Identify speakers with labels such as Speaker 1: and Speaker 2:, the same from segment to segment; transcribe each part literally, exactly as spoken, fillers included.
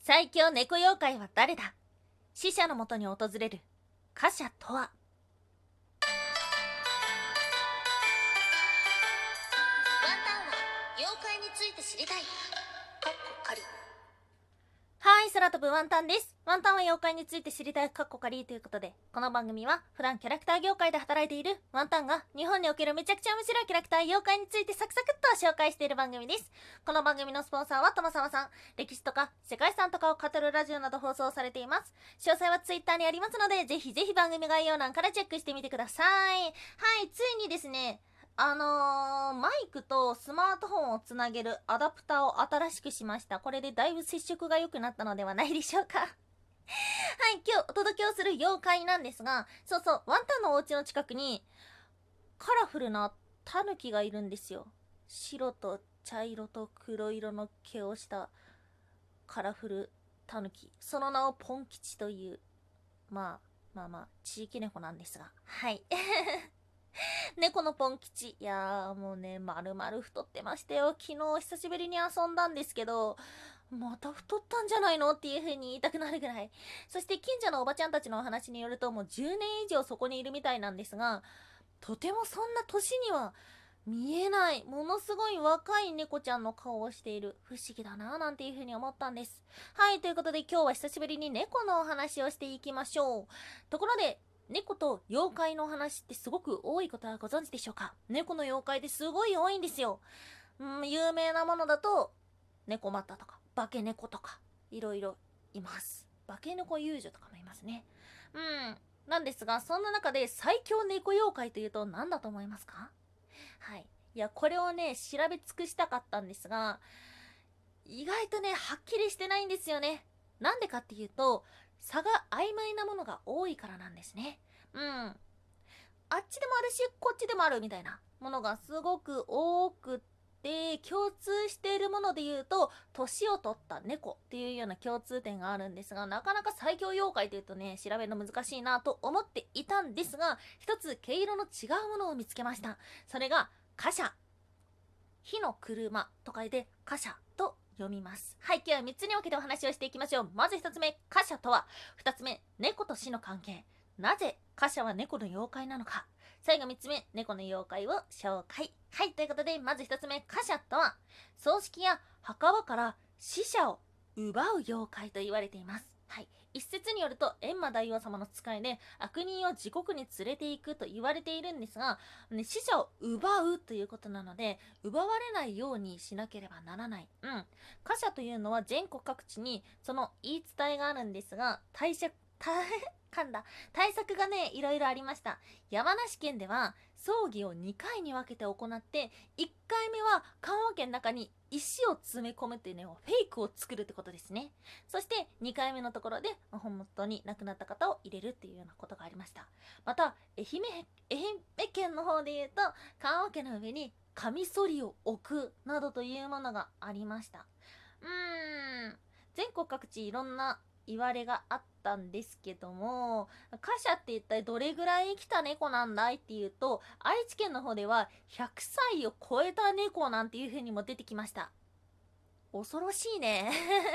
Speaker 1: 最強猫妖怪は誰だ？死者のもとに訪れる貨車とは？
Speaker 2: ワンタンは妖怪について知りたい。かっこ仮。
Speaker 1: はい、空飛ぶワンタンです。ワンタンは妖怪について知りたいカッコカリということで、この番組は普段キャラクター業界で働いているワンタンが日本におけるめちゃくちゃ面白いキャラクター妖怪についてサクサクっと紹介している番組です。この番組のスポンサーはともさまさん。歴史とか世界遺産とかを語るラジオなど放送されています。詳細はツイッターにありますので、ぜひぜひ番組概要欄からチェックしてみてください。はい、ついにですね、あのー、マイクとスマートフォンをつなげるアダプターを新しくしました。これでだいぶ接触が良くなったのではないでしょうか。はい、今日お届けをする妖怪なんですが、そうそう、ワンタンのお家の近くにカラフルなタヌキがいるんですよ。白と茶色と黒色の毛をしたカラフルタヌキ。その名をポン吉という、まあまあまあ地域猫なんですが、はい猫のポン吉。いやーもうね、まるまる太ってましたよ。昨日久しぶりに遊んだんですけど、また太ったんじゃないのっていう風に言いたくなるぐらい。そして近所のおばちゃんたちのお話によると、もうじゅうねん以上そこにいるみたいなんですが、とてもそんな年には見えない、ものすごい若い猫ちゃんの顔をしている。不思議だなぁなんていう風に思ったんです。はい、ということで今日は久しぶりに猫のお話をしていきましょう。ところで、猫と妖怪の話ってすごく多いことはご存知でしょうか？猫の妖怪ってすごい多いんですよ。うん、有名なものだと、猫マッタとか、化け猫とか、いろいろいます。化け猫遊女とかもいますね。うん。なんですが、そんな中で最強猫妖怪というと何だと思いますか？はい。いや、これをね、調べ尽くしたかったんですが、意外とね、はっきりしてないんですよね。なんでかっていうと、差が曖昧なものが多いからなんですね。うん。あっちでもあるし、こっちでもあるみたいなものがすごく多くって、共通しているもので言うと、年を取った猫っていうような共通点があるんですが、なかなか最強妖怪というとね、調べるの難しいなと思っていたんですが、一つ毛色の違うものを見つけました。それが、貨車。火の車と書いて貨車と読みます。はい、今日はみっつに分けてお話をしていきましょう。まずひとつめ、貨車とは。ふたつめ、猫と死の関係。なぜ貨車は猫の妖怪なのか。最後みっつめ、猫の妖怪を紹介。はい、ということで、まずひとつめ、貨車とは、葬式や墓場から死者を奪う妖怪と言われています。はい。一説によると、閻魔大王様の使いで、悪人を地獄に連れて行くと言われているんですが、ね、死者を奪うということなので、奪われないようにしなければならない。うん。貨車というのは全国各地にその言い伝えがあるんですが、対策、対、噛んだ。対策がね、いろいろありました。山梨県では、葬儀をにかいに分けて行って、いっかいめは棺桶の中に石を詰め込むっていうね、フェイクを作るってことですね。そしてにかいめのところで、本当に亡くなった方を入れるっていうようなことがありました。また、愛媛、愛媛県の方で言うと、棺桶の上にカミソリを置くなどというものがありました。うーん、全国各地いろんな言われがあったんですけども、貨車って一体どれぐらい生きた猫なんだいっていうと、愛知県の方ではひゃくさいを超えた猫なんていう風にも出てきました。恐ろしいね。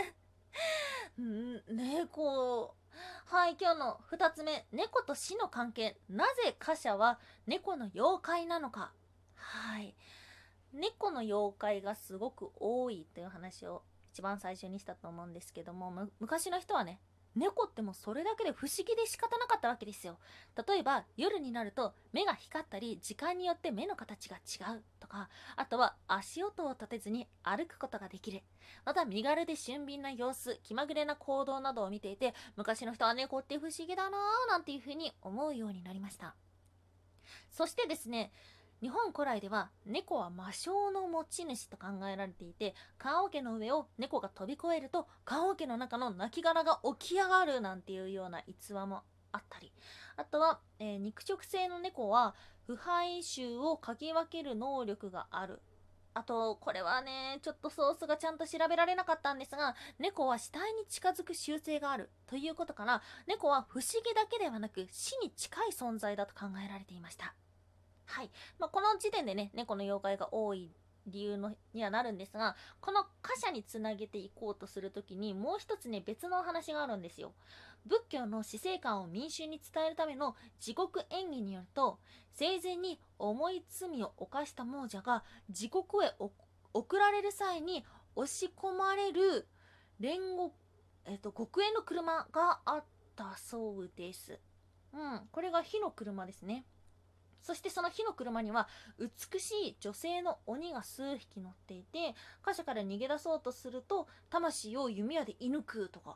Speaker 1: ん猫。はい、今日のふたつめ、猫と死の関係。なぜ貨車は猫の妖怪なのか。はい。猫の妖怪がすごく多いという話を一番最初にしたと思うんですけども、む昔の人はね、猫ってもうそれだけで不思議で仕方なかったわけですよ。例えば夜になると目が光ったり、時間によって目の形が違うとか、あとは足音を立てずに歩くことができる。また身軽で俊敏な様子、気まぐれな行動などを見ていて、昔の人は猫って不思議だなぁなんていうふうに思うようになりました。そしてですね、日本古来では猫は魔性の持ち主と考えられていて、棺桶の上を猫が飛び越えると棺桶の中の亡骸が起き上がるなんていうような逸話もあったり、あとは、えー肉食性の猫は腐敗臭を嗅ぎ分ける能力がある。あと、これはね、ちょっとソースがちゃんと調べられなかったんですが、猫は死体に近づく習性があるということから、猫は不思議だけではなく死に近い存在だと考えられていました。はい。まあ、この時点でね、猫の妖怪が多い理由のにはなるんですが、この貨車につなげていこうとするときにもう一つね、別のお話があるんですよ。仏教の死生観を民衆に伝えるための地獄演技によると、生前に重い罪を犯した亡者が地獄へ送られる際に押し込まれる煉獄、えっと、極縁の車があったそうです。うん、これが火の車ですね。そしてその火の車には美しい女性の鬼が数匹乗っていて、貨車から逃げ出そうとすると魂を弓矢で射抜くとか、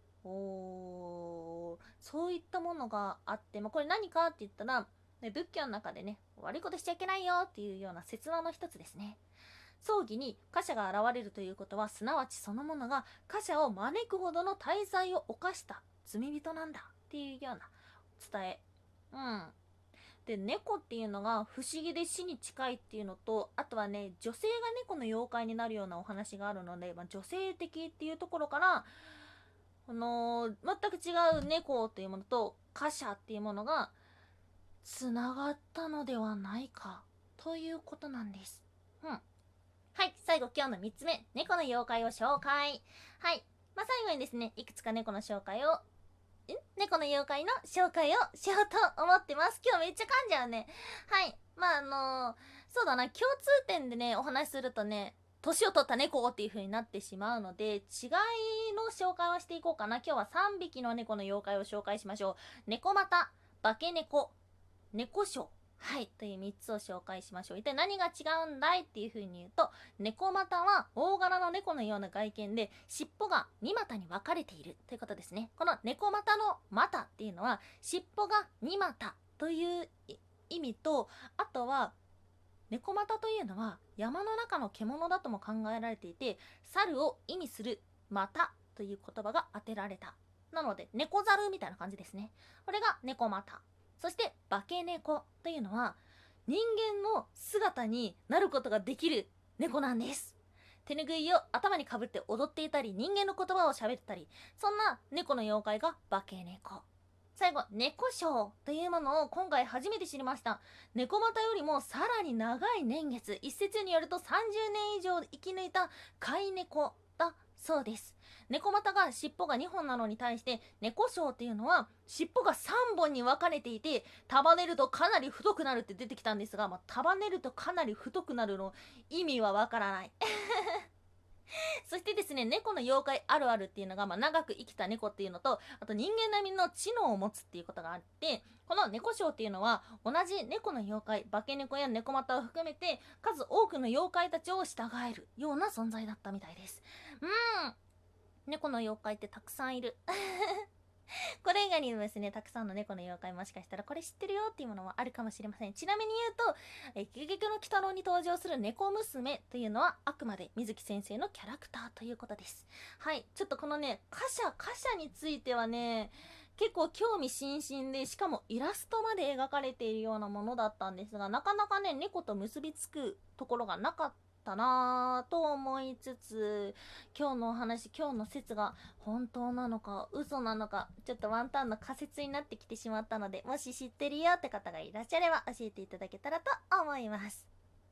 Speaker 1: おー、そういったものがあって、まあ、これ何かって言ったら、ね、仏教の中でね、悪いことしちゃいけないよっていうような説話の一つですね。葬儀に貨車が現れるということは、すなわちそのものが貨車を招くほどの大罪を犯した罪人なんだっていうような伝え。うん。で、猫っていうのが不思議で死に近いっていうのと、あとはね、女性が猫の妖怪になるようなお話があるので、まあ、女性的っていうところから、この全く違う猫というものと貨車っていうものがつながったのではないかということなんです。うん。はい、最後今日のみっつめ、猫の妖怪を紹介。はい。まあ、最後にですね、いくつか猫の紹介をん猫の妖怪の紹介をしようと思ってます。今日めっちゃ噛んじゃうね。はい。まあ、あのー、そうだな、共通点でね、お話しするとね、年を取った猫っていう風になってしまうので、違いの紹介をしていこうかな。今日はさんびきの猫の妖怪を紹介しましょう。猫股、化け猫、猫章。はい。というみっつを紹介しましょう。一体何が違うんだいっていう風に言うと、猫股は大柄の猫のような外見で、尻尾がに股に分かれているということですね。この猫股の股っていうのは、尻尾がに股という意味と、あとは、猫股というのは山の中の獣だとも考えられていて、猿を意味する股という言葉が当てられた。なので、猫猿みたいな感じですね。これが猫股。そして化け猫というのは人間の姿になることができる猫なんです。手ぬぐいを頭にかぶって踊っていたり、人間の言葉を喋ったり、そんな猫の妖怪が化け猫。最後、猫章というものを今回初めて知りました。猫股よりもさらに長い年月、一説によるとさんじゅうねん以上生き抜いた飼い猫だそうです。猫股が尻尾がにほんなのに対して、猫章っていうのは尻尾がさんぼんに分かれていて、束ねるとかなり太くなるって出てきたんですが、まあ、束ねるとかなり太くなるの意味はわからないそしてですね、猫の妖怪あるあるっていうのが、まあ、長く生きた猫っていうのと、あと人間並みの知能を持つっていうことがあって、この猫章っていうのは同じ猫の妖怪、化け猫や猫股を含めて数多くの妖怪たちを従えるような存在だったみたいです。うーん、猫の妖怪ってたくさんいるこれ以外にもですね、たくさんの猫の妖怪、もしかしたらこれ知ってるよっていうものはあるかもしれません。ちなみに言うと、えゲゲゲの鬼太郎に登場する猫娘というのはあくまで水木先生のキャラクターということです。はい、ちょっとこのね、貨車貨車についてはね、結構興味津々で、しかもイラストまで描かれているようなものだったんですが、なかなかね、猫と結びつくところがなかっただなぁと思いつつ、今日のお話、今日の説が本当なのか嘘なのか、ちょっとワンタンの仮説になってきてしまったので、もし知ってるよって方がいらっしゃれば教えていただけたらと思います。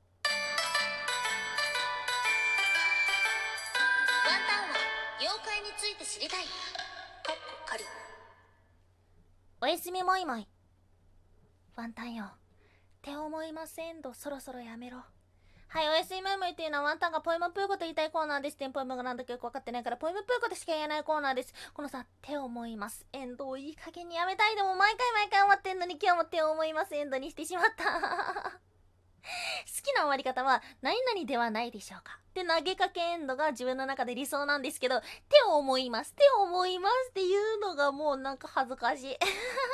Speaker 2: ワンタンは妖怪について知りたい。かっこ仮。
Speaker 1: おやすみもいもい。ワンタンよ、手思いませんど、そろそろやめろ。はい、おやすみもいもいっていうのはワンタンがポエムプーコと言いたいコーナーです。テンポエムがなんだかよくわかってないからポエムプーコとしか言えないコーナーです。このさ、手を思いますエンドをいい加減にやめたい。でも毎回毎回終わってんのに今日も手を思いますエンドにしてしまった好きな終わり方は何々ではないでしょうかって投げかけエンドが自分の中で理想なんですけど、手を思います手を思いますっていうのがもうなんか恥ずかしい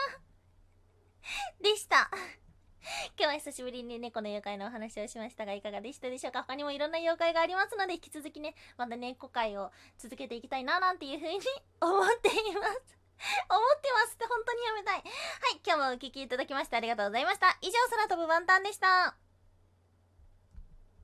Speaker 1: でした今日は久しぶりに猫の妖怪のお話をしましたがいかがでしたでしょうか。他にもいろんな妖怪がありますので引き続きね、また猫会を続けていきたいななんていう風に思っています思ってますって本当にやめたい。はい、今日もお聞きいただきましてありがとうございました。以上、空飛ぶワンタンでした。